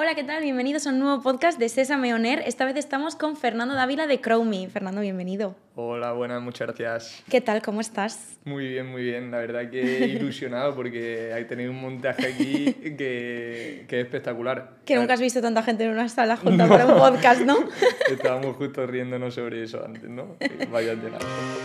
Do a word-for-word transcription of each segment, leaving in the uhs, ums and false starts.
Hola, ¿qué tal? Bienvenidos a un nuevo podcast de Sésame On Air. Esta vez estamos con Fernando Dávila de CrowMe. Fernando, bienvenido. Hola, buenas, muchas gracias. ¿Qué tal? ¿Cómo estás? Muy bien, muy bien. La verdad que ilusionado porque hay tenido un montaje aquí que, que es espectacular. Que nunca has visto tanta gente en una sala junta no. para un podcast, ¿no? Estábamos justo riéndonos sobre eso antes, ¿no? Vaya tela.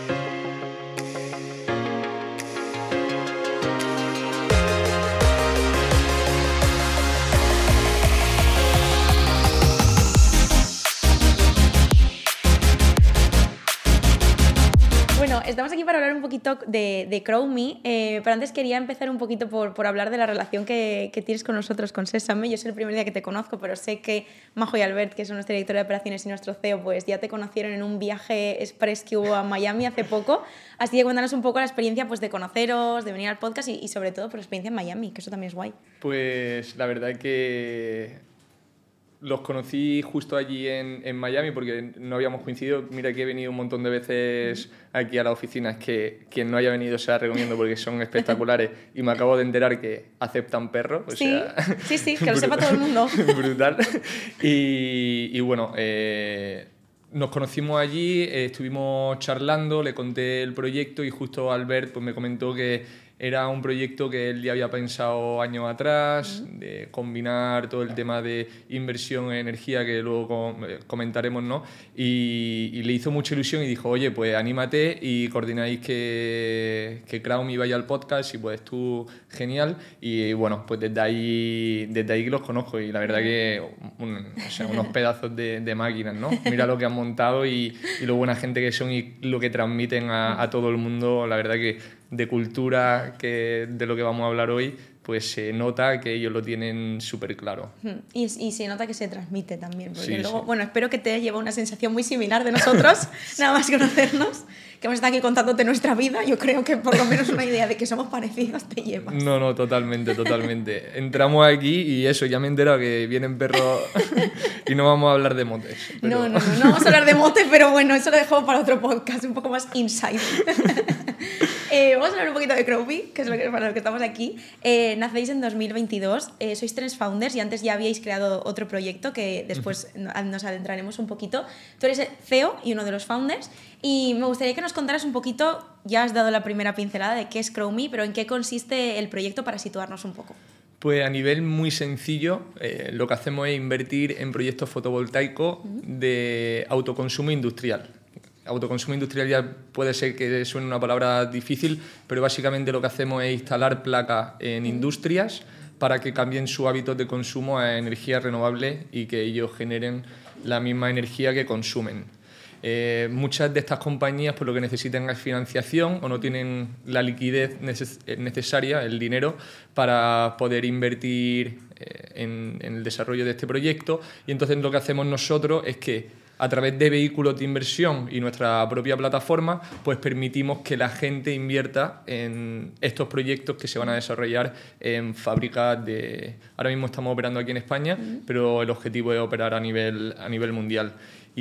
Bueno, estamos aquí para hablar un poquito de, de CrowMe, eh, pero antes quería empezar un poquito por, por hablar de la relación que, que tienes con nosotros, con Sésame. Yo es el primer día que te conozco, pero sé que Majo y Albert, que son nuestra directora de operaciones y nuestro C E O, pues ya te conocieron en un viaje express que hubo a Miami hace poco. Así que cuéntanos un poco la experiencia pues, de conoceros, de venir al podcast y, y sobre todo por la experiencia en Miami, que eso también es guay. Pues la verdad que los conocí justo allí en, en Miami porque no habíamos coincidido. Mira que he venido un montón de veces aquí a la oficina. Es que quien no haya venido se la recomiendo porque son espectaculares y me acabo de enterar que aceptan perros. O sí, sea, sí, sí, que lo sepa todo el mundo. Brutal. Y, y bueno, eh, nos conocimos allí, eh, estuvimos charlando, le conté el proyecto y justo Albert pues, me comentó que era un proyecto que él ya había pensado años atrás, uh-huh. de combinar todo el tema de inversión en energía, que luego comentaremos, ¿no? Y, y le hizo mucha ilusión y dijo, oye, pues anímate y coordináis que, que CrowMe vaya al podcast y pues tú, genial. Y bueno, pues desde ahí, desde ahí los conozco y la verdad que un, o sea, unos pedazos de, de máquinas, ¿no? Mira lo que han montado y, y lo buena gente que son y lo que transmiten a, a todo el mundo, la verdad que de cultura, que de lo que vamos a hablar hoy, pues se nota que ellos lo tienen súper claro. Y, y se nota que se transmite también, porque sí, luego, sí. bueno, espero que te lleve una sensación muy similar de nosotros, nada más conocernos, que hemos estado aquí contándote nuestra vida. Yo creo que por lo menos una idea de que somos parecidos te llevas. No, no, totalmente, totalmente. Entramos aquí y eso, ya me he enterado que vienen perros y no vamos a hablar de motes. Pero... No, no, no, no vamos a hablar de motes, pero bueno, eso lo dejo para otro podcast, un poco más insight. Eh, vamos a hablar un poquito de CrowMe, que es lo que, para lo que estamos aquí. Eh, nacéis en dos mil veintidós, eh, sois tres founders y antes ya habíais creado otro proyecto que después uh-huh. nos adentraremos un poquito. Tú eres el C E O y uno de los founders y me gustaría que nos contaras un poquito, ya has dado la primera pincelada de qué es CrowMe, pero en qué consiste el proyecto para situarnos un poco. Pues a nivel muy sencillo, eh, lo que hacemos es invertir en proyectos fotovoltaicos uh-huh. de autoconsumo industrial. Autoconsumo industrial ya puede ser que suene una palabra difícil, pero básicamente lo que hacemos es instalar placas en industrias para que cambien sus hábitos de consumo a energías renovables y que ellos generen la misma energía que consumen. Eh, muchas de estas compañías pues, lo que necesitan es financiación o no tienen la liquidez neces- necesaria, el dinero, para poder invertir eh, en, en el desarrollo de este proyecto. Y entonces lo que hacemos nosotros es que a través de vehículos de inversión y nuestra propia plataforma, pues permitimos que la gente invierta en estos proyectos que se van a desarrollar en fábricas de... Ahora mismo estamos operando aquí en España, uh-huh. pero el objetivo es operar a nivel, a nivel mundial.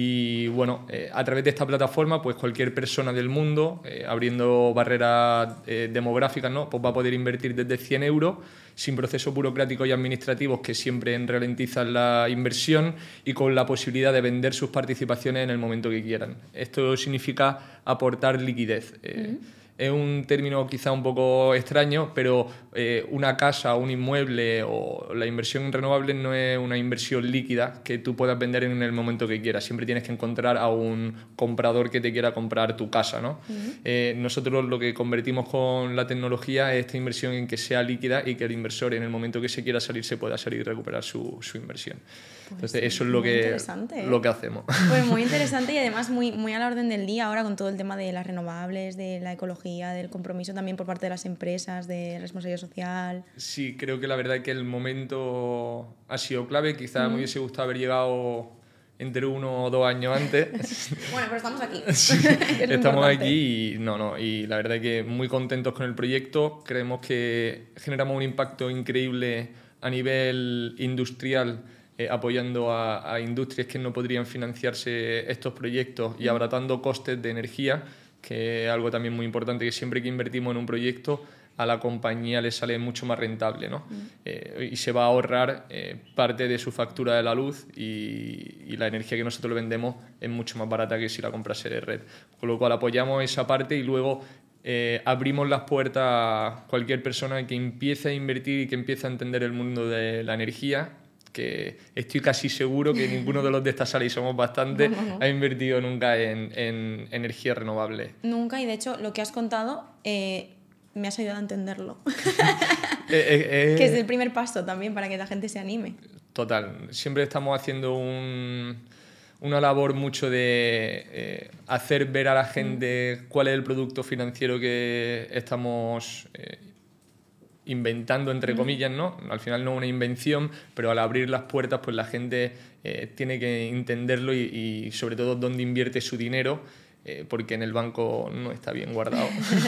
Y bueno, eh, a través de esta plataforma, pues cualquier persona del mundo, eh, abriendo barreras eh, demográficas, ¿no? Pues va a poder invertir desde cien euros, sin procesos burocráticos y administrativos que siempre ralentizan la inversión y con la posibilidad de vender sus participaciones en el momento que quieran. Esto significa aportar liquidez. Eh, uh-huh. Es un término quizá un poco extraño, pero eh, una casa, un inmueble o la inversión en renovables no es una inversión líquida que tú puedas vender en el momento que quieras. Siempre tienes que encontrar a un comprador que te quiera comprar tu casa, ¿no? Uh-huh. Eh, nosotros lo que convertimos con la tecnología es esta inversión en que sea líquida y que el inversor en el momento que se quiera salir se pueda salir y recuperar su, su inversión. Pues Entonces, sí, eso es lo que, ¿eh? lo que hacemos. Pues muy interesante y además muy, muy a la orden del día ahora con todo el tema de las renovables, de la ecología, del compromiso también por parte de las empresas, de responsabilidad social. Sí, creo que la verdad es que el momento ha sido clave. Quizás mm. me hubiese gustado haber llegado entre uno o dos años antes. Bueno, pero estamos aquí. Sí, estamos aquí y, no, no, y la verdad es que muy contentos con el proyecto. Creemos que generamos un impacto increíble a nivel industrial, Eh, apoyando a, a industrias que no podrían financiarse estos proyectos y abaratando costes de energía, que es algo también muy importante, que siempre que invertimos en un proyecto a la compañía le sale mucho más rentable, ¿no? Mm. Eh, y se va a ahorrar eh, parte de su factura de la luz y, y la energía que nosotros le vendemos es mucho más barata que si la comprase de red. Con lo cual apoyamos esa parte y luego eh, abrimos las puertas a cualquier persona que empiece a invertir y que empiece a entender el mundo de la energía, que estoy casi seguro que ninguno de los de esta sala, y somos bastantes, no, no, no. ha invertido nunca en, en energía renovable. Nunca, y de hecho lo que has contado eh, me has ayudado a entenderlo. eh, eh, eh, que es el primer paso también para que la gente se anime. Total, siempre estamos haciendo un, una labor mucho de eh, hacer ver a la gente mm. cuál es el producto financiero que estamos eh, inventando, entre comillas, ¿no? Al final no es una invención, pero al abrir las puertas, pues la gente eh, tiene que entenderlo y, y sobre todo dónde invierte su dinero, eh, porque en el banco no está bien guardado.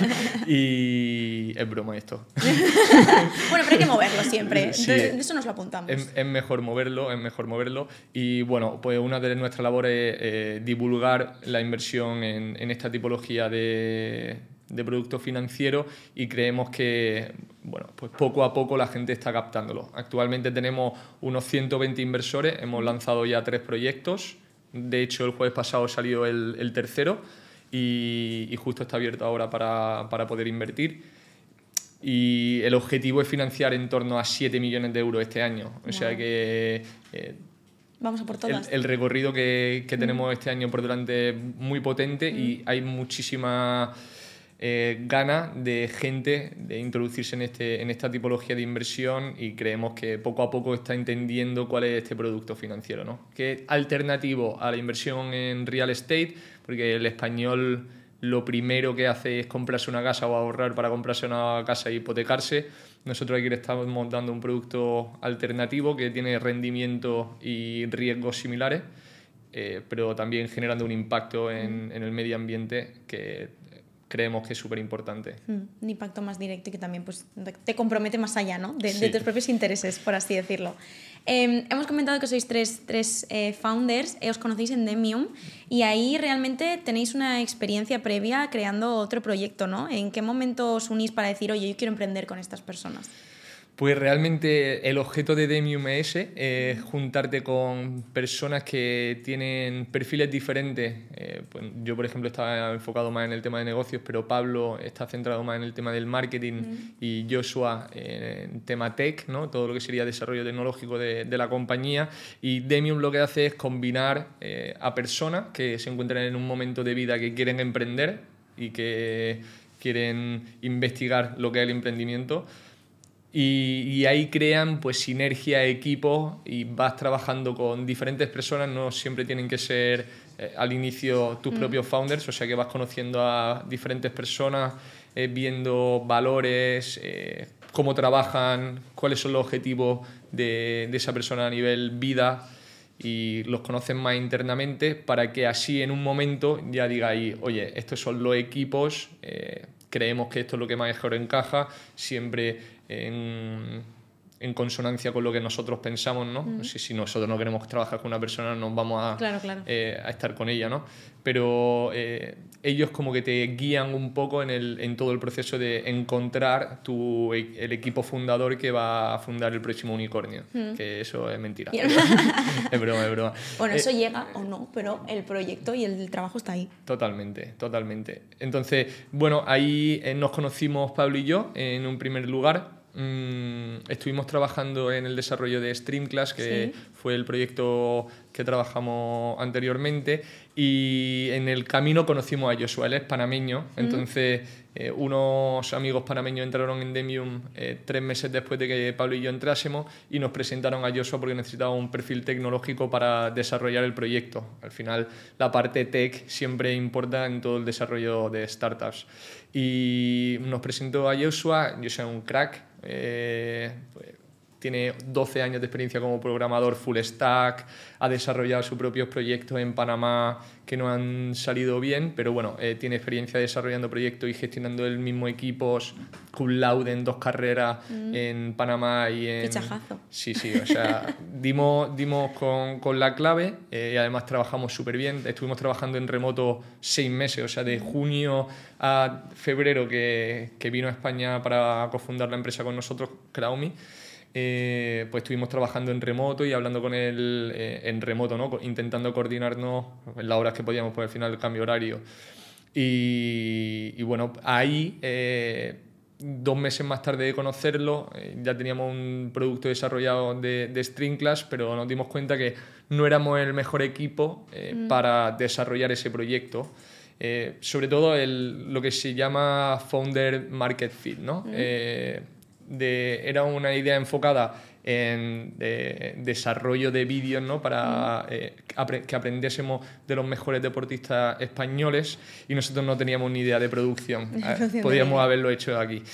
Y es broma esto. Bueno, pero hay que moverlo siempre. Sí, Entonces, eso nos lo apuntamos. Es, es mejor moverlo, es mejor moverlo. Y bueno, pues una de nuestras labores es eh, divulgar la inversión en, en esta tipología de de productos financieros y creemos que bueno, pues poco a poco la gente está captándolo. Actualmente tenemos unos ciento veinte inversores, hemos lanzado ya tres proyectos, de hecho el jueves pasado salió el, el tercero y, y justo está abierto ahora para, para poder invertir. Y el objetivo es financiar en torno a siete millones de euros este año. O wow. sea que eh, vamos a por todas. El, el recorrido que, que tenemos mm. este año por delante es muy potente mm. y hay muchísima Eh, gana de gente de introducirse en, este, en esta tipología de inversión y creemos que poco a poco está entendiendo cuál es este producto financiero, ¿no? Que es alternativo a la inversión en real estate, porque el español lo primero que hace es comprarse una casa o ahorrar para comprarse una casa e hipotecarse. Nosotros aquí le estamos dando un producto alternativo que tiene rendimiento y riesgos similares, eh, pero también generando un impacto en, en el medio ambiente que creemos que es súper importante. Mm, un impacto más directo y que también pues, te compromete más allá, ¿no? de, sí. de tus propios intereses, por así decirlo. Eh, hemos comentado que sois tres, tres eh, founders, eh, os conocéis en Demium y ahí realmente tenéis una experiencia previa creando otro proyecto, ¿no? ¿En qué momento os unís para decir, oye, yo quiero emprender con estas personas? Pues realmente el objeto de Demium es ese, eh, juntarte con personas que tienen perfiles diferentes. Eh, pues yo, por ejemplo, estaba enfocado más en el tema de negocios, pero Pablo está centrado más en el tema del marketing mm. y Joshua en el tema tech, ¿no? Todo lo que sería desarrollo tecnológico de, de la compañía. Y Demium lo que hace es combinar eh, a personas que se encuentran en un momento de vida que quieren emprender y que quieren investigar lo que es el emprendimiento. Y, y ahí crean pues sinergia, equipos y vas trabajando con diferentes personas, no siempre tienen que ser eh, al inicio tus mm. propios founders, o sea que vas conociendo a diferentes personas, eh, viendo valores, eh, cómo trabajan, cuáles son los objetivos de, de esa persona a nivel vida y los conocen más internamente para que así en un momento ya digáis, oye, estos son los equipos, eh, creemos que esto es lo que mejor encaja, siempre en, en consonancia con lo que nosotros pensamos, ¿no? Mm. Si, si nosotros no queremos trabajar con una persona, no vamos a, claro, claro. Eh, a estar con ella, ¿no? Pero eh, ellos como que te guían un poco en, el, en todo el proceso de encontrar tu, el equipo fundador que va a fundar el próximo unicornio, mm. que eso es mentira. es broma, es broma. Bueno, eso eh, llega o no, pero el proyecto y el trabajo está ahí. Totalmente, totalmente. Entonces, bueno, ahí eh, nos conocimos Pablo y yo en un primer lugar. Mm, estuvimos trabajando en el desarrollo de Streamclass, que sí. fue el proyecto que trabajamos anteriormente, y en el camino conocimos a Joshua, él es panameño, mm. entonces eh, unos amigos panameños entraron en Demium eh, tres meses después de que Pablo y yo entrásemos y nos presentaron a Joshua porque necesitaba un perfil tecnológico para desarrollar el proyecto. Al final la parte tech siempre importa en todo el desarrollo de startups. Y nos presentó a Joshua, Joshua es un crack, eh, pues, tiene doce años de experiencia como programador full stack, ha desarrollado sus propios proyectos en Panamá que no han salido bien, pero bueno, eh, tiene experiencia desarrollando proyectos y gestionando el mismo equipos, cum laude en dos carreras mm. en Panamá y en... Fichajazo. Sí, sí, o sea, dimos, dimos con, con la clave eh, y además trabajamos súper bien. Estuvimos trabajando en remoto seis meses, o sea, de junio a febrero que, que vino a España para cofundar la empresa con nosotros, Crowme. Eh, pues estuvimos trabajando en remoto y hablando con él eh, en remoto, ¿no? Intentando coordinarnos en las horas que podíamos, pues al final el cambio horario. Y, y bueno, ahí, eh, dos meses más tarde de conocerlo, eh, ya teníamos un producto desarrollado de, de Streamclass, pero nos dimos cuenta que no éramos el mejor equipo eh, mm. para desarrollar ese proyecto. Eh, sobre todo el, lo que se llama Founder Market Fit, ¿no? Mm. Eh, De, era una idea enfocada en de, desarrollo de vídeos, ¿no? Para eh, apre, que aprendiésemos de los mejores deportistas españoles y nosotros no teníamos ni idea de producción. Podíamos haberlo hecho aquí.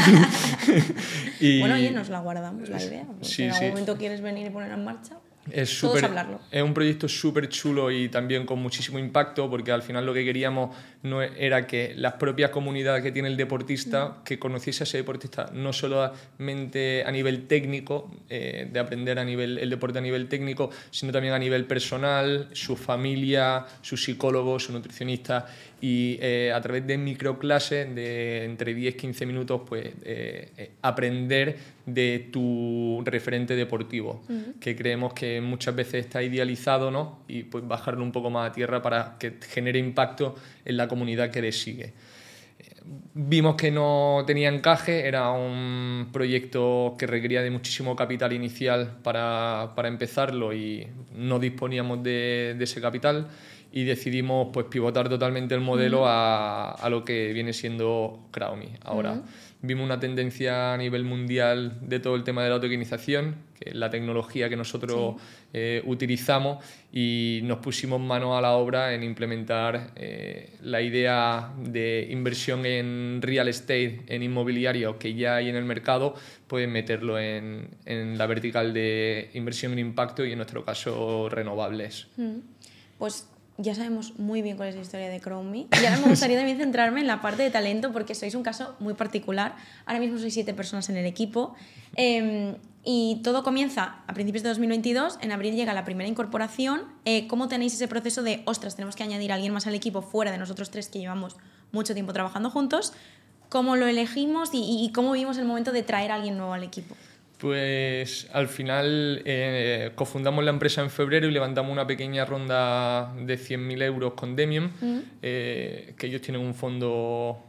y, bueno, oye, nos la guardamos la idea. Sí, si en algún sí. momento quieres venir y poner en marcha. Es, super, es un proyecto súper chulo y también con muchísimo impacto, porque al final lo que queríamos no era que las propias comunidades que tiene el deportista, mm. que conociese a ese deportista no solamente a nivel técnico, eh, de aprender a nivel, el deporte a nivel técnico, sino también a nivel personal, su familia, su psicólogo, su nutricionista, y eh, a través de microclases de entre diez a quince minutos pues eh, eh, aprender de tu referente deportivo, uh-huh. que creemos que muchas veces está idealizado, ¿no? Y pues bajarlo un poco más a tierra para que genere impacto en la comunidad que le sigue. Vimos que no tenía encaje, era un proyecto que requería de muchísimo capital inicial para, para empezarlo y no disponíamos de, de ese capital, y decidimos pues pivotar totalmente el modelo uh-huh. a, a lo que viene siendo Crowme ahora. Uh-huh. Vimos una tendencia a nivel mundial de todo el tema de la autoquinización, que es la tecnología que nosotros sí. eh, utilizamos, y nos pusimos manos a la obra en implementar eh, la idea de inversión en real estate, en inmobiliario que ya hay en el mercado, pues meterlo en, en la vertical de inversión en impacto y en nuestro caso renovables. Uh-huh. Pues ya sabemos muy bien cuál es la historia de Crowme. Y ahora me gustaría también centrarme en la parte de talento, porque sois un caso muy particular. Ahora mismo sois siete personas en el equipo. Eh, y todo comienza a principios de dos mil veintidós. En abril llega la primera incorporación. Eh, ¿Cómo tenéis ese proceso de, ostras, tenemos que añadir a alguien más al equipo fuera de nosotros tres que llevamos mucho tiempo trabajando juntos? ¿Cómo lo elegimos y, y cómo vimos el momento de traer a alguien nuevo al equipo? Pues al final eh, cofundamos la empresa en febrero y levantamos una pequeña ronda de cien mil euros con Demium, mm. eh, que ellos tienen un fondo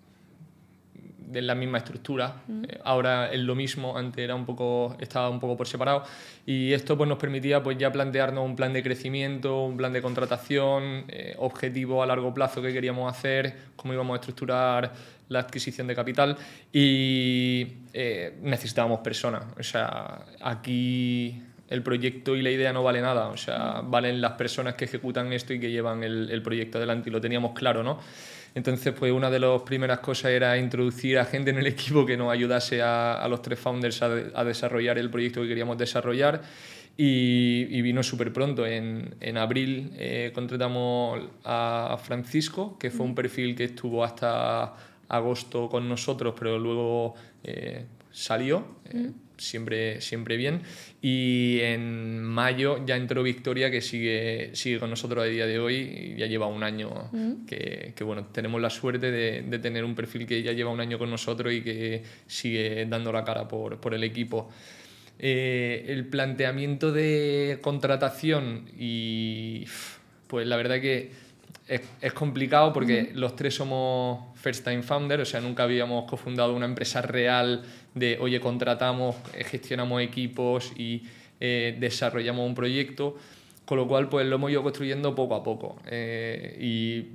de la misma estructura. Mm. Eh, ahora es lo mismo, antes era un poco, estaba un poco por separado, y esto pues, nos permitía pues, ya plantearnos un plan de crecimiento, un plan de contratación, eh, objetivo a largo plazo que queríamos hacer, cómo íbamos a estructurar la adquisición de capital, y eh, necesitábamos personas. O sea, aquí el proyecto y la idea no vale nada, o sea, valen las personas que ejecutan esto y que llevan el, el proyecto adelante, y lo teníamos claro, ¿no? Entonces, pues una de las primeras cosas era introducir a gente en el equipo que nos ayudase a, a los tres founders a, a desarrollar el proyecto que queríamos desarrollar, y, y vino súper pronto. En, en abril eh, contratamos a Francisco, que fue un perfil que estuvo hasta agosto con nosotros, pero luego eh, salió, eh, mm. siempre, siempre bien, y en mayo ya entró Victoria, que sigue, sigue con nosotros a día de hoy, y ya lleva un año, mm. que, que bueno, tenemos la suerte de, de tener un perfil que ya lleva un año con nosotros y que sigue dando la cara por, por el equipo. Eh, el planteamiento de contratación, y pues la verdad que Es, es complicado porque uh-huh. los tres somos first time founder, o sea, nunca habíamos cofundado una empresa real de, oye, contratamos, gestionamos equipos y eh, desarrollamos un proyecto, con lo cual pues lo hemos ido construyendo poco a poco. Eh, y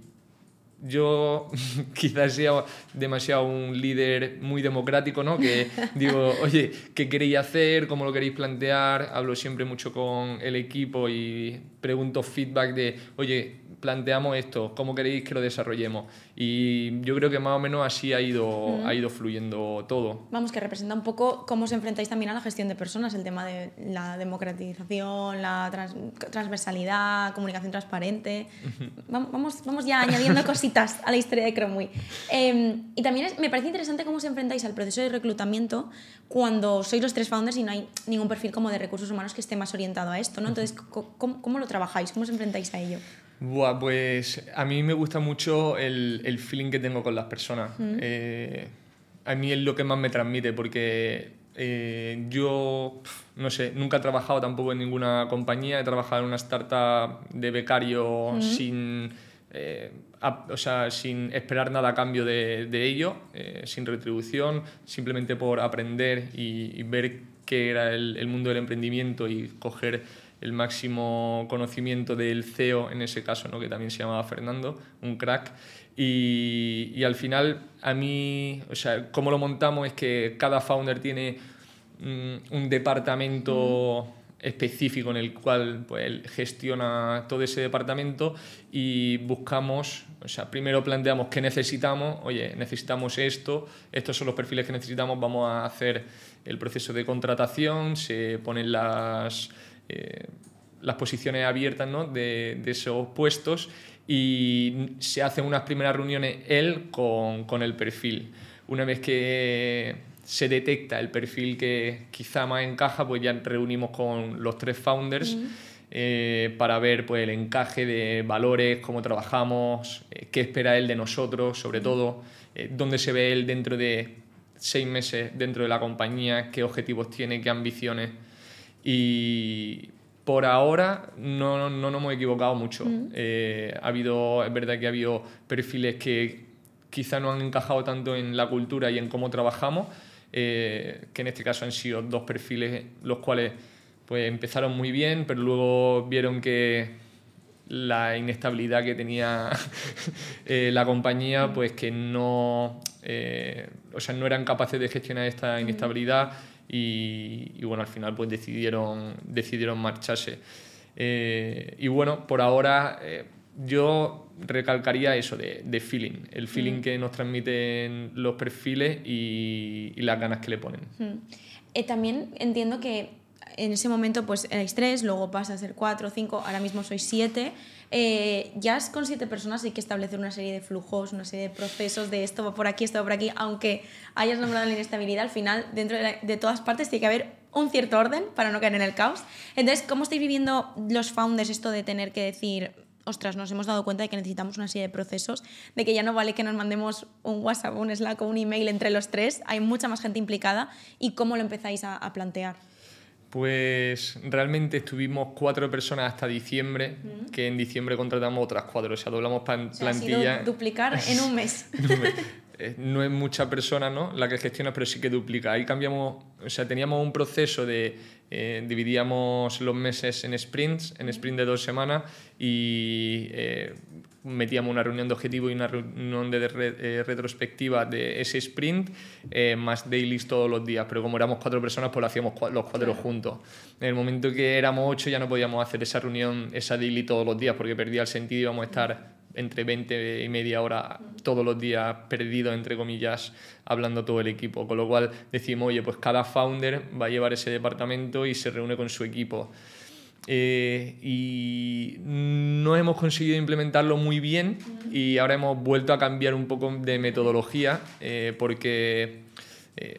yo quizás sea demasiado un líder muy democrático, ¿no? Que digo, oye, ¿qué queréis hacer? ¿Cómo lo queréis plantear? Hablo siempre mucho con el equipo y pregunto feedback de, oye, planteamos esto, ¿cómo queréis que lo desarrollemos? Y yo creo que más o menos así ha ido, mm. ha ido fluyendo todo. Vamos, que representa un poco cómo os enfrentáis también a la gestión de personas, el tema de la democratización, la trans, transversalidad, comunicación transparente. Uh-huh. Vamos, vamos ya añadiendo cositas a la historia de Chromeway. Eh, y también es, me parece interesante cómo os enfrentáis al proceso de reclutamiento cuando sois los tres founders y no hay ningún perfil como de recursos humanos que esté más orientado a esto, ¿no? Entonces, ¿cómo, cómo lo trabajáis? ¿Cómo os enfrentáis a ello? Buah, pues a mí me gusta mucho el, el feeling que tengo con las personas. Mm. Eh, a mí es lo que más me transmite, porque eh, yo, no sé, nunca he trabajado tampoco en ninguna compañía. He trabajado en una startup de becario mm. sin, eh, a, o sea, sin esperar nada a cambio de, de ello, eh, sin retribución, simplemente por aprender y, y ver qué era el, el mundo del emprendimiento y coger el máximo conocimiento del C E O, en ese caso, ¿no? Que también se llamaba Fernando, un crack. Y, y al final, a mí, o sea, cómo lo montamos es que cada founder tiene um, un departamento mm. específico en el cual pues, él gestiona todo ese departamento y buscamos, o sea, primero planteamos qué necesitamos, oye, necesitamos esto, estos son los perfiles que necesitamos, vamos a hacer el proceso de contratación, se ponen las... Eh, las posiciones abiertas, ¿no? de, de esos puestos y se hacen unas primeras reuniones él con, con el perfil. Una vez que se detecta el perfil que quizá más encaja, pues ya reunimos con los tres founders mm. eh, para ver pues, el encaje de valores, cómo trabajamos, eh, qué espera él de nosotros, sobre mm. todo, eh, dónde se ve él dentro de seis meses dentro de la compañía, qué objetivos tiene, qué ambiciones. Y por ahora no, no nos hemos equivocado mucho. Mm. Eh, ha habido, es verdad que ha habido perfiles que quizá no han encajado tanto en la cultura y en cómo trabajamos, eh, que en este caso han sido dos perfiles los cuales pues, empezaron muy bien, pero luego vieron que la inestabilidad que tenía eh, la compañía, pues que no, eh, o sea, no eran capaces de gestionar esta inestabilidad. Mm. Y, y bueno, al final pues decidieron, decidieron marcharse. Eh, y bueno, por ahora eh, yo recalcaría eso de, de feeling, el feeling mm. que nos transmiten los perfiles y, y las ganas que le ponen. Mm. Eh, también entiendo que en ese momento pues erais tres, luego pasa a ser cuatro, cinco, ahora mismo sois siete. Eh, ya con siete personas hay que establecer una serie de flujos, una serie de procesos de esto va por aquí, esto va por aquí, aunque hayas nombrado la inestabilidad, al final dentro de, la, de todas partes tiene que haber un cierto orden para no caer en el caos. Entonces, ¿cómo estáis viviendo los founders esto de tener que decir, ostras, nos hemos dado cuenta de que necesitamos una serie de procesos, de que ya no vale que nos mandemos un WhatsApp, un Slack o un email entre los tres, hay mucha más gente implicada, y cómo lo empezáis a, a plantear? Pues realmente estuvimos cuatro personas hasta diciembre, mm. que en diciembre contratamos otras cuatro, o sea, doblamos plan- o sea, plantilla. Ha sido duplicar en un mes. No es mucha persona, ¿no?, la que gestiona, pero sí que duplica. Ahí cambiamos, o sea, teníamos un proceso de eh, dividíamos los meses en sprints, en sprint de dos semanas, y eh, metíamos una reunión de objetivo y una reunión de re, eh, retrospectiva de ese sprint, eh, más dailies todos los días, pero como éramos cuatro personas, pues lo hacíamos cua- los cuatro juntos. En el momento que éramos ocho ya no podíamos hacer esa reunión, esa daily todos los días, porque perdía el sentido, íbamos a estar entre veinte y media hora todos los días perdidos, entre comillas, hablando todo el equipo, con lo cual decimos, oye, pues cada founder va a llevar ese departamento y se reúne con su equipo. Eh, y no hemos conseguido implementarlo muy bien y ahora hemos vuelto a cambiar un poco de metodología, eh, porque eh,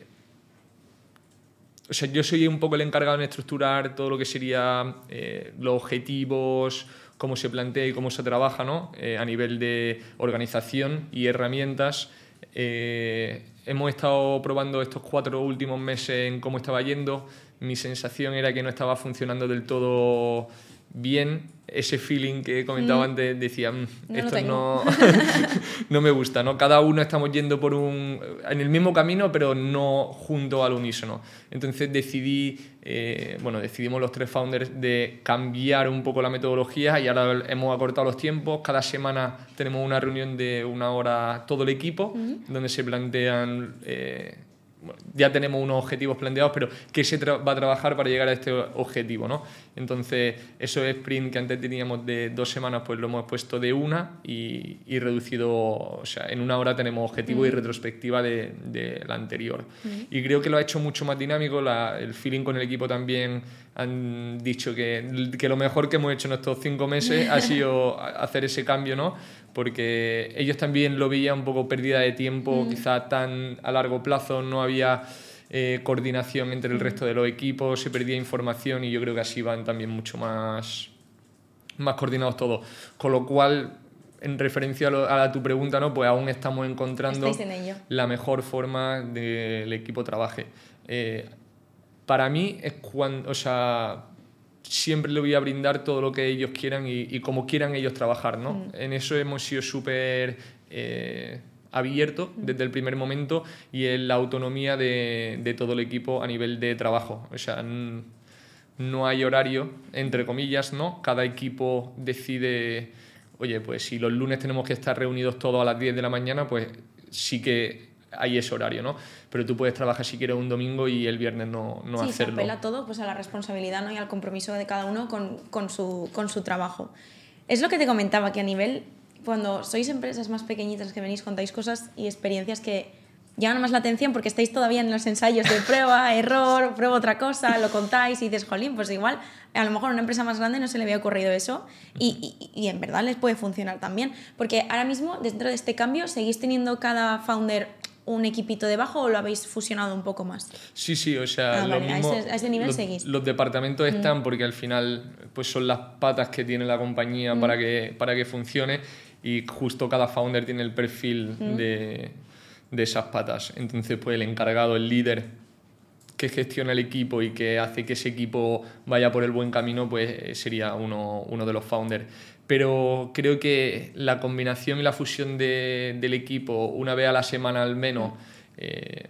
o sea, yo soy un poco el encargado en estructurar todo lo que sería eh, los objetivos, cómo se plantea y cómo se trabaja, ¿no?, eh, a nivel de organización y herramientas. Eh, hemos estado probando estos cuatro últimos meses en cómo estaba yendo. Mi sensación era que no estaba funcionando del todo bien. Ese feeling que he comentado mm. antes, decía, mmm, no esto no, no me gusta, ¿no? Cada uno estamos yendo por un, en el mismo camino, pero no junto al unísono. Entonces decidí, eh, bueno, decidimos los tres founders de cambiar un poco la metodología y ahora hemos acortado los tiempos. Cada semana tenemos una reunión de una hora todo el equipo, mm. donde se plantean eh, ya tenemos unos objetivos planteados, pero qué se tra- va a trabajar para llegar a este objetivo, ¿no? Entonces, esos sprint que antes teníamos de dos semanas, pues lo hemos puesto de una y, y reducido, o sea, en una hora tenemos objetivo mm. y retrospectiva de, de la anterior. Mm. Y creo que lo ha hecho mucho más dinámico, la, el feeling con el equipo también han dicho que, que lo mejor que hemos hecho en estos cinco meses ha sido hacer ese cambio, ¿no? Porque ellos también lo veían un poco pérdida de tiempo, mm. quizá tan a largo plazo, no había eh, coordinación entre el mm. resto de los equipos, se perdía información y yo creo que así van también mucho más, más coordinados todos. Con lo cual, en referencia a, lo, a tu pregunta, ¿no? Pues aún estamos encontrando en la mejor forma de que el equipo trabaje. Eh, para mí es cuando, o sea, siempre le voy a brindar todo lo que ellos quieran y, y como quieran ellos trabajar, ¿no? Mm. En eso hemos sido súper eh, abiertos mm. desde el primer momento y en la autonomía de, de todo el equipo a nivel de trabajo. O sea, n- no hay horario, entre comillas, ¿no? Cada equipo decide, oye, pues si los lunes tenemos que estar reunidos todos a las diez de la mañana, pues sí que hay ese horario, ¿no? Pero tú puedes trabajar si quieres un domingo y el viernes no, no sí, hacerlo. Sí, se apela todo pues, a la responsabilidad, ¿no? Y al compromiso de cada uno con, con, su, con su trabajo. Es lo que te comentaba, que a nivel, cuando sois empresas más pequeñitas que venís, contáis cosas y experiencias que llaman más la atención porque estáis todavía en los ensayos de prueba, error, prueba otra cosa, lo contáis y dices, jolín, pues igual a lo mejor a una empresa más grande no se le había ocurrido eso y, y, y en verdad les puede funcionar también. Porque ahora mismo, dentro de este cambio, ¿seguís teniendo cada founder un equipito debajo o lo habéis fusionado un poco más? Sí, sí, o sea, ah, lo vale, mismo, a, ese, a ese nivel los, seguís. Los departamentos mm. están porque al final pues son las patas que tiene la compañía mm. para, que, para que funcione y justo cada founder tiene el perfil mm. de, de esas patas. Entonces, pues el encargado, el líder que gestiona el equipo y que hace que ese equipo vaya por el buen camino, pues sería uno, uno de los founders. Pero creo que la combinación y la fusión de, del equipo una vez a la semana al menos eh,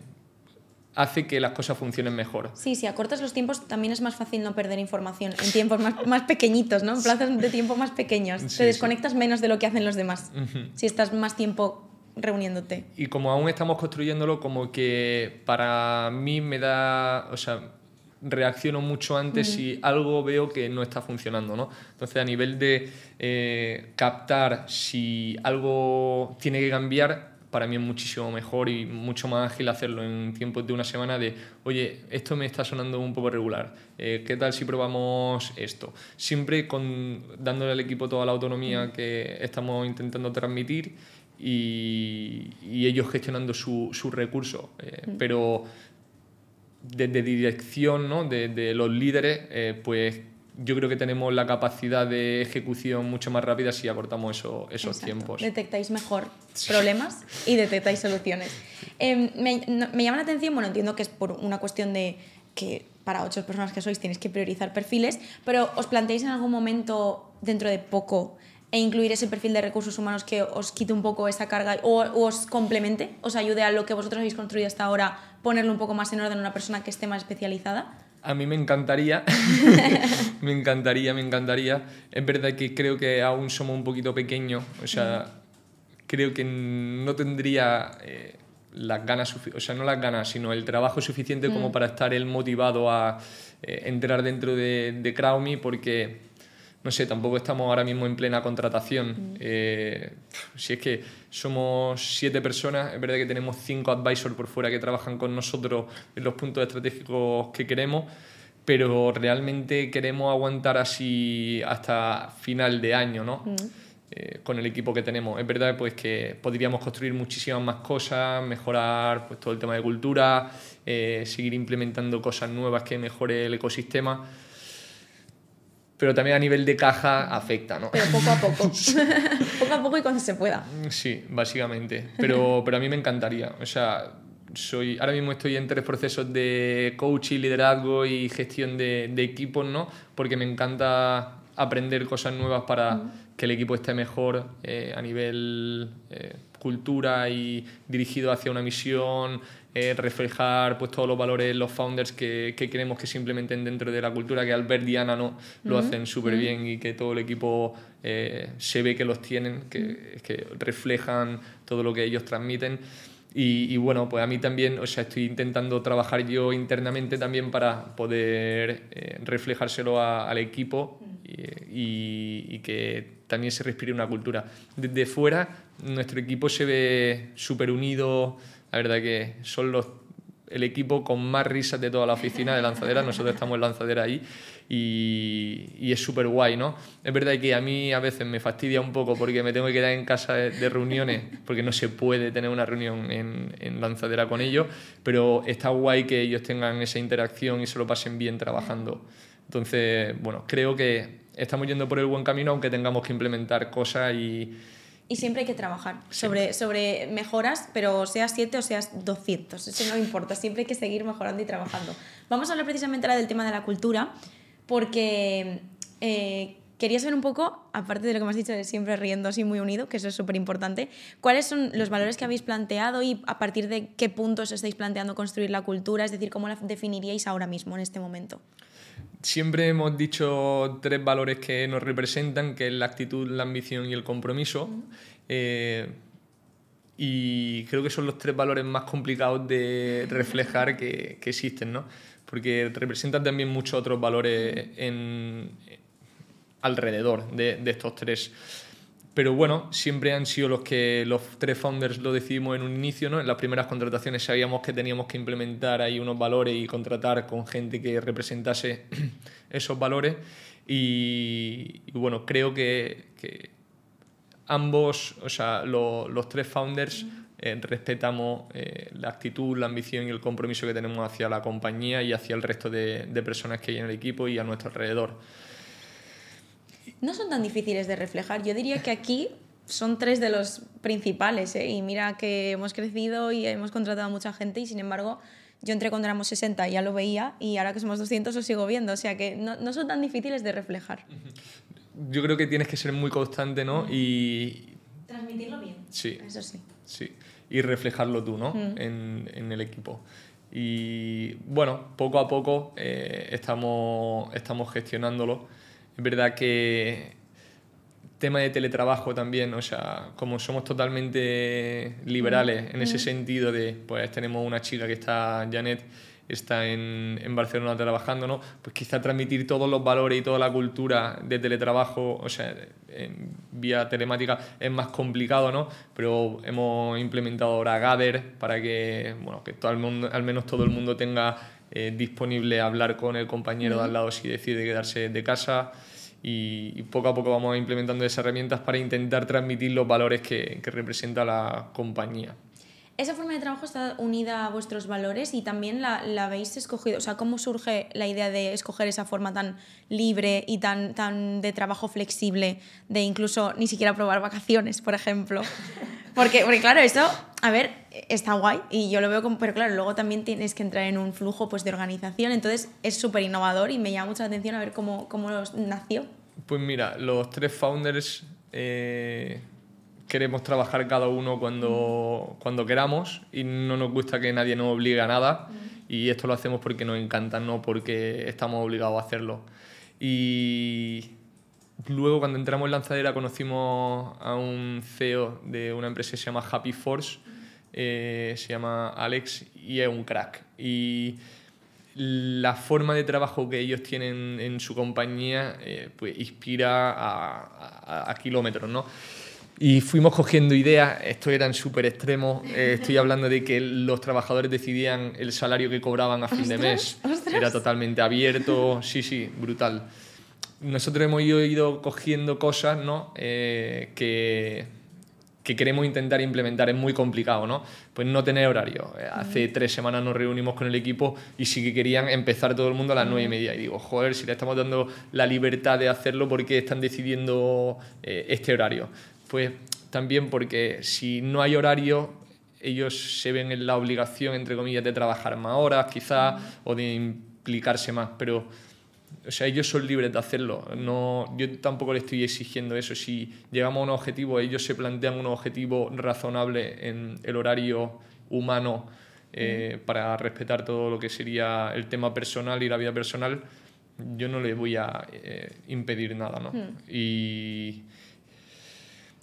hace que las cosas funcionen mejor. Sí, si acortas los tiempos también es más fácil no perder información en tiempos más, más pequeñitos, ¿no? En plazos de tiempo más pequeños. Sí, te desconectas sí. menos de lo que hacen los demás uh-huh. si estás más tiempo reuniéndote. Y como aún estamos construyéndolo, como que para mí me da... O sea, reacciono mucho antes mm. si algo veo que no está funcionando, ¿no? Entonces, a nivel de eh, captar si algo tiene que cambiar, para mí es muchísimo mejor y mucho más ágil hacerlo en tiempos de una semana de, oye, esto me está sonando un poco regular, eh, ¿qué tal si probamos esto? Siempre con, dándole al equipo toda la autonomía mm. que estamos intentando transmitir y, y ellos gestionando sus su recursos, eh, mm. pero desde dirección, ¿no? de, de los líderes, eh, pues yo creo que tenemos la capacidad de ejecución mucho más rápida si acortamos eso, esos Exacto. tiempos. Detectáis mejor problemas y detectáis soluciones. Eh, me, no, me llama la atención, bueno, entiendo que es por una cuestión de que para ocho personas que sois tenéis que priorizar perfiles, pero ¿os planteáis en algún momento dentro de poco e incluir ese perfil de recursos humanos que os quite un poco esa carga o, o os complemente, os ayude a lo que vosotros habéis construido hasta ahora, ponerlo un poco más en orden a una persona que esté más especializada? A mí me encantaría, me encantaría, me encantaría. Es verdad que creo que aún somos un poquito pequeños, o sea, mm. creo que no tendría eh, las ganas, o sea, no las ganas, sino el trabajo suficiente mm. como para estar él motivado a eh, entrar dentro de, de Crowdme, porque no sé, tampoco estamos ahora mismo en plena contratación. Mm. Eh, si es que somos siete personas, es verdad que tenemos cinco advisors por fuera que trabajan con nosotros en los puntos estratégicos que queremos, pero realmente queremos aguantar así hasta final de año, ¿no? Mm. Eh, con el equipo que tenemos. Es verdad pues, que podríamos construir muchísimas más cosas, mejorar pues, todo el tema de cultura, eh, seguir implementando cosas nuevas que mejore el ecosistema. Pero también a nivel de caja afecta, ¿no? Pero poco a poco. Poco a poco y cuando se pueda. Sí, básicamente. Pero, pero a mí me encantaría. O sea, soy, ahora mismo estoy en tres procesos de coaching, liderazgo y gestión de, de equipos, ¿no? Porque me encanta aprender cosas nuevas para mm. que el equipo esté mejor eh, a nivel eh, cultura y dirigido hacia una misión, eh, reflejar pues, todos los valores, los founders que, que queremos que se implementen dentro de la cultura, que Albert y Ana ¿no? lo mm-hmm. hacen súper mm-hmm. bien y que todo el equipo eh, se ve que los tienen, que, mm-hmm. que reflejan todo lo que ellos transmiten. Y, y bueno, pues a mí también, o sea, estoy intentando trabajar yo internamente también para poder eh, reflejárselo a, al equipo y, y, y que también se respire una cultura. Desde fuera, nuestro equipo se ve súper unido, la verdad que son los, el equipo con más risas de toda la oficina de Lanzadera, nosotros estamos en Lanzadera ahí y, y es súper guay, ¿no? Es verdad que a mí a veces me fastidia un poco porque me tengo que quedar en casa de, de reuniones porque no se puede tener una reunión en, en Lanzadera con ellos, pero está guay que ellos tengan esa interacción y se lo pasen bien trabajando. Entonces, bueno, creo que estamos yendo por el buen camino, aunque tengamos que implementar cosas y... Y siempre hay que trabajar sobre, sobre mejoras, pero seas siete o seas doscientos, eso no importa, siempre hay que seguir mejorando y trabajando. Vamos a hablar precisamente ahora del tema de la cultura, porque eh, quería saber un poco, aparte de lo que me has dicho de siempre riendo así muy unido, que eso es súper importante, ¿cuáles son los valores que habéis planteado y a partir de qué puntos estáis planteando construir la cultura? Es decir, ¿cómo la definiríais ahora mismo, en este momento? Siempre hemos dicho tres valores que nos representan, que es la actitud, la ambición y el compromiso. Uh-huh. Eh, y creo que son los tres valores más complicados de reflejar que, que existen, ¿no? Porque representan también muchos otros valores en, alrededor de, de estos tres. Pero bueno, siempre han sido los que los tres founders lo decidimos en un inicio, ¿no? En las primeras contrataciones sabíamos que teníamos que implementar ahí unos valores y contratar con gente que representase esos valores. Y, y bueno, creo que, que ambos, o sea, lo, los tres founders eh, respetamos eh, la actitud, la ambición y el compromiso que tenemos hacia la compañía y hacia el resto de, de personas que hay en el equipo y a nuestro alrededor. No son tan difíciles de reflejar. Yo diría que aquí son tres de los principales, ¿eh? Y mira que hemos crecido y hemos contratado a mucha gente y sin embargo yo entré cuando éramos sesenta, ya lo veía y ahora que somos doscientos lo sigo viendo. O sea que no, no son tan difíciles de reflejar. Yo creo que tienes que ser muy constante, ¿no? Y... transmitirlo bien. Sí. Eso sí. Sí. Y reflejarlo tú, ¿no? Mm. En, en el equipo. Y bueno, poco a poco eh, estamos, estamos gestionándolo. Es verdad que tema de teletrabajo también, o sea, como somos totalmente liberales mm. en ese mm. sentido de, pues tenemos una chica que está, Janet, está en, en Barcelona trabajando, ¿no? Pues quizá transmitir todos los valores y toda la cultura de teletrabajo, o sea, en vía telemática es más complicado, ¿no? Pero hemos implementado ahora Gather para que, bueno, que todo el mundo, al menos todo el mundo tenga eh, disponible hablar con el compañero mm. de al lado si decide quedarse de casa. Y, y poco a poco vamos implementando esas herramientas para intentar transmitir los valores que, que representa la compañía. ¿Esa forma de trabajo está unida a vuestros valores y también la, la habéis escogido? O sea, ¿cómo surge la idea de escoger esa forma tan libre y tan, tan de trabajo flexible, de incluso ni siquiera probar vacaciones, por ejemplo? Porque, porque claro, esto, a ver, está guay y yo lo veo como... Pero claro, luego también tienes que entrar en un flujo pues, de organización, entonces es súper innovador y me llama mucha atención a ver cómo, cómo nació. Pues mira, los tres founders... Eh... queremos trabajar cada uno cuando, cuando queramos y no nos gusta que nadie nos obligue a nada y esto lo hacemos porque nos encanta, no porque estamos obligados a hacerlo. Y luego cuando entramos en Lanzadera conocimos a un C E O de una empresa que se llama Happy Force, eh, se llama Alex y es un crack. Y la forma de trabajo que ellos tienen en su compañía eh, pues inspira a, a, a kilómetros, ¿no? Y fuimos cogiendo ideas, estos eran súper extremos, eh, estoy hablando de que los trabajadores decidían el salario que cobraban a fin de mes, ostras. Era totalmente abierto, sí, sí, brutal. Nosotros hemos ido, ido cogiendo cosas, ¿no? eh, que, que queremos intentar implementar, es muy complicado, ¿no? Pues no tener horario. Hace tres semanas nos reunimos con el equipo y sí que querían empezar todo el mundo a las nueve y media. Y digo, joder, si le estamos dando la libertad de hacerlo, ¿por qué están decidiendo eh, este horario? Pues también porque si no hay horario, ellos se ven en la obligación, entre comillas, de trabajar más horas, quizás, uh-huh. o de implicarse más, pero o sea, ellos son libres de hacerlo. No, yo tampoco les estoy exigiendo eso. Si llegamos a un objetivo, ellos se plantean un objetivo razonable en el horario humano eh, uh-huh. para respetar todo lo que sería el tema personal y la vida personal, yo no les voy a eh, impedir nada, ¿no? Uh-huh. Y...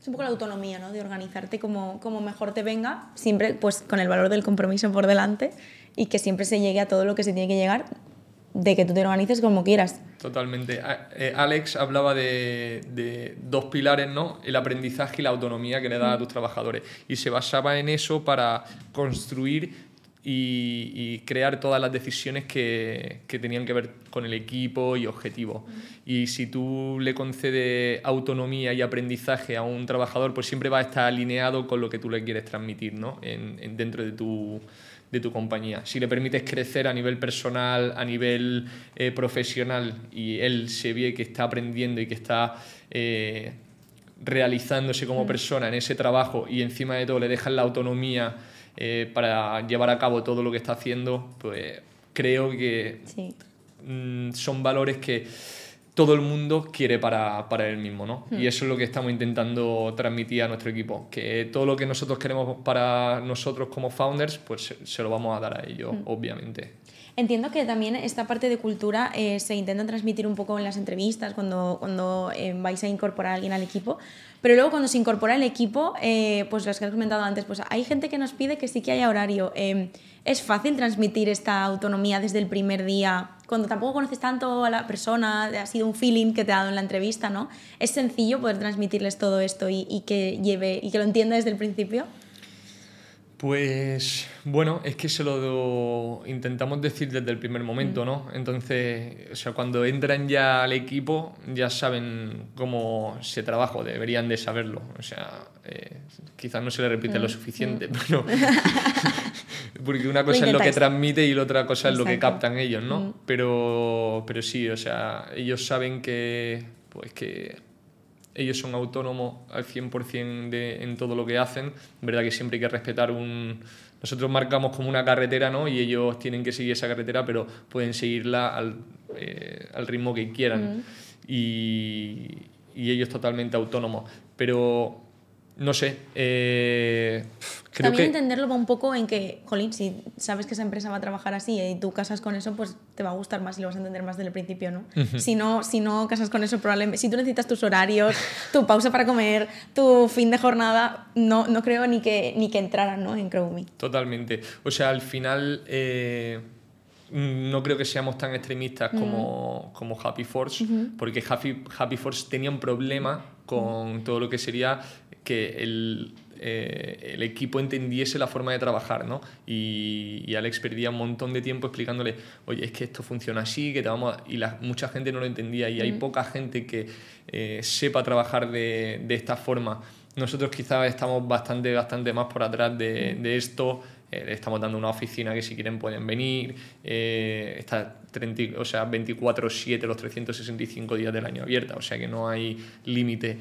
Es un poco la autonomía, ¿no? De organizarte como, como mejor te venga, siempre pues con el valor del compromiso por delante y que siempre se llegue a todo lo que se tiene que llegar, de que tú te organices como quieras. Totalmente. Alex hablaba de, de dos pilares, ¿no? El aprendizaje y la autonomía que le das a tus trabajadores. Y se basaba en eso para construir y, y crear todas las decisiones que, que tenían que ver con el equipo y objetivos. Y si tú le concedes autonomía y aprendizaje a un trabajador, pues siempre va a estar alineado con lo que tú le quieres transmitir, ¿no? en, en, dentro de tu... de tu compañía. Si le permites crecer a nivel personal, a nivel eh, profesional, y él se ve que está aprendiendo y que está eh, realizándose como persona en ese trabajo, y encima de todo le dejas la autonomía eh, para llevar a cabo todo lo que está haciendo, pues creo que sí. mm, son valores que todo el mundo quiere para, para él mismo, ¿no? Mm. Y eso es lo que estamos intentando transmitir a nuestro equipo, que todo lo que nosotros queremos para nosotros como founders, pues se, se lo vamos a dar a ellos, mm. obviamente. Entiendo que también esta parte de cultura eh, se intenta transmitir un poco en las entrevistas cuando, cuando eh, vais a incorporar a alguien al equipo, pero luego cuando se incorpora el equipo, eh, pues lo que has comentado antes, pues hay gente que nos pide que sí que haya horario. Eh, ¿Es fácil transmitir esta autonomía desde el primer día, cuando tampoco conoces tanto a la persona, ha sido un feeling que te ha dado en la entrevista, ¿no? ¿Es sencillo poder transmitirles todo esto y, y, que, lleve, y que lo entienda desde el principio? Pues bueno, es que se lo do... intentamos decir desde el primer momento, ¿no? Entonces, o sea, cuando entran ya al equipo ya saben cómo se trabaja, o deberían de saberlo. O sea, eh, quizás no se le repite mm. lo suficiente, mm. pero porque una cosa es lo que transmite y la otra cosa es Exacto. lo que captan ellos, ¿no? Mm. Pero, pero sí, o sea, ellos saben que, pues que ellos son autónomos al cien por ciento de, en todo lo que hacen. Verdad que siempre hay que respetar un... Nosotros marcamos como una carretera, ¿no? Y ellos tienen que seguir esa carretera, pero pueden seguirla al, eh, al ritmo que quieran. Mm. Y, y ellos totalmente autónomos. Pero, no sé, eh, creo También que... entenderlo va un poco en que, jolín, si sabes que esa empresa va a trabajar así y tú casas con eso, pues te va a gustar más y lo vas a entender más desde el principio, ¿no? Uh-huh. Si no, si no casas con eso, probablemente, si tú necesitas tus horarios, tu pausa para comer, tu fin de jornada, no, no creo ni que, ni que entraran, ¿no? en CrowdMe. Totalmente. O sea, al final... Eh... no creo que seamos tan extremistas como, uh-huh. como Happy Force, uh-huh. porque Happy, Happy Force tenía un problema con uh-huh. todo lo que sería que el, eh, el equipo entendiese la forma de trabajar, ¿no? Y, y Alex perdía un montón de tiempo explicándole, oye, es que esto funciona así, que te vamos a... y la, mucha gente no lo entendía, y uh-huh. hay poca gente que eh, sepa trabajar de, de esta forma. Nosotros quizás estamos bastante, bastante más por atrás de, uh-huh. de esto. Eh, le estamos dando una oficina que si quieren pueden venir, eh, está treinta, o sea, veinticuatro siete los trescientos sesenta y cinco días del año abierta, o sea que no hay límite.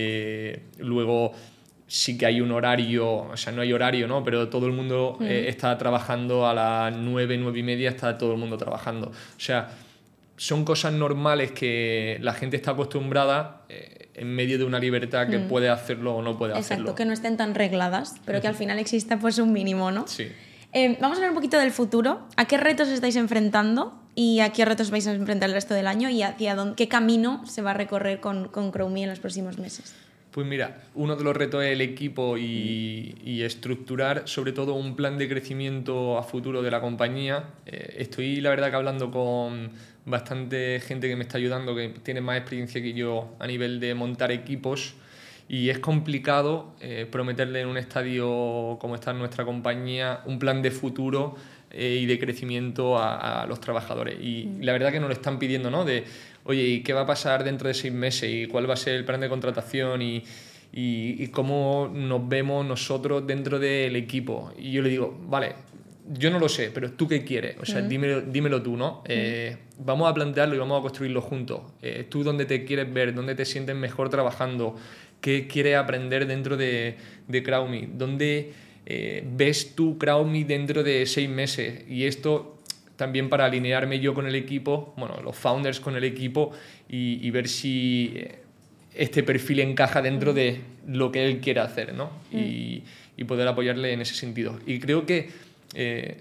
Eh, luego sí que hay un horario, o sea, no hay horario, ¿no? Pero todo el mundo mm. eh, está trabajando a las nueve, nueve y media, está todo el mundo trabajando. O sea, son cosas normales que la gente está acostumbrada eh, en medio de una libertad que mm. puede hacerlo o no puede Exacto, hacerlo. Exacto, que no estén tan regladas, pero uh-huh. que al final exista pues un mínimo, ¿no? Sí. Eh, vamos a hablar un poquito del futuro. ¿A qué retos estáis enfrentando y a qué retos vais a enfrentar el resto del año y hacia dónde, qué camino se va a recorrer con, con CrowdMe en los próximos meses? Pues mira, uno de los retos es el equipo y, y estructurar sobre todo un plan de crecimiento a futuro de la compañía. Eh, estoy la verdad que hablando con bastante gente que me está ayudando, que tiene más experiencia que yo a nivel de montar equipos, y es complicado eh, prometerle en un estadio como está nuestra compañía un plan de futuro eh, y de crecimiento a, a los trabajadores. Y mm. la verdad que nos lo están pidiendo, ¿no? De, oye, ¿y qué va a pasar dentro de seis meses? ¿Y cuál va a ser el plan de contratación? Y, y, y cómo nos vemos nosotros dentro del equipo. Y yo le digo, vale, yo no lo sé, pero ¿tú qué quieres? O sea, mm. dímelo, dímelo tú, ¿no? Mm. Eh, vamos a plantearlo y vamos a construirlo juntos. Eh, ¿Tú dónde te quieres ver? ¿Dónde te sientes mejor trabajando? ¿Qué quieres aprender dentro de, de CrowdMe? ¿Dónde eh, ves tú CrowdMe dentro de seis meses? Y esto también para alinearme yo con el equipo, bueno, los founders con el equipo, y, y ver si este perfil encaja dentro de lo que él quiere hacer, ¿no? Mm. Y, y poder apoyarle en ese sentido. Y creo que eh,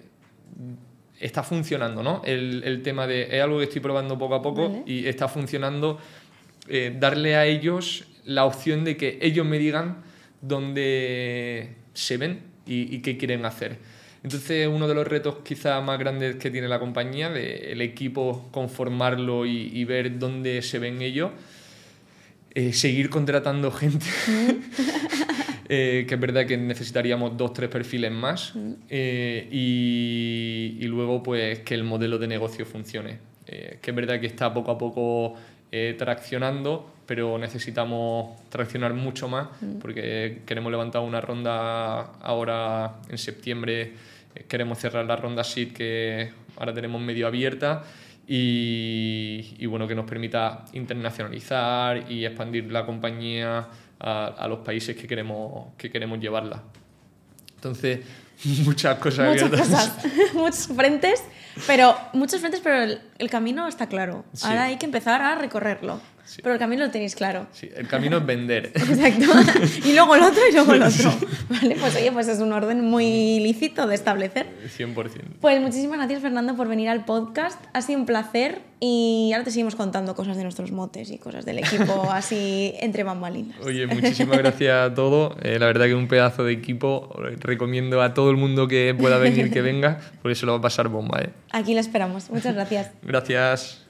está funcionando, ¿no? El, el tema de... Es algo que estoy probando poco a poco, vale. Y está funcionando. Eh, darle a ellos la opción de que ellos me digan dónde se ven y, y qué quieren hacer. Entonces, uno de los retos quizás más grandes que tiene la compañía, de el equipo conformarlo y, y ver dónde se ven ellos, eh, seguir contratando gente, eh, que es verdad que necesitaríamos dos, tres perfiles más, eh, y, y luego pues que el modelo de negocio funcione. Eh, que es verdad que está poco a poco eh, traccionando, pero necesitamos traccionar mucho más porque queremos levantar una ronda ahora en septiembre, eh, queremos cerrar la ronda Seed que ahora tenemos medio abierta y, y bueno, que nos permita internacionalizar y expandir la compañía a, a los países que queremos, que queremos llevarla. Entonces, muchas cosas muchas abiertas. cosas, muchos frentes, pero muchos frentes, pero el, el camino está claro. Sí. Ahora hay que empezar a recorrerlo. Sí. Pero el camino lo tenéis claro. Sí, el camino es vender. Exacto. Y luego el otro y luego el otro. Vale, pues oye, pues es un orden muy lícito de establecer. cien por ciento. Pues muchísimas gracias, Fernando, por venir al podcast. Ha sido un placer y ahora te seguimos contando cosas de nuestros motes y cosas del equipo así entre bambalinas. Oye, muchísimas gracias a todos. Eh, la verdad que un pedazo de equipo. Recomiendo a todo el mundo que pueda venir que venga, porque se lo va a pasar bomba, ¿eh? Aquí lo esperamos. Muchas gracias. Gracias.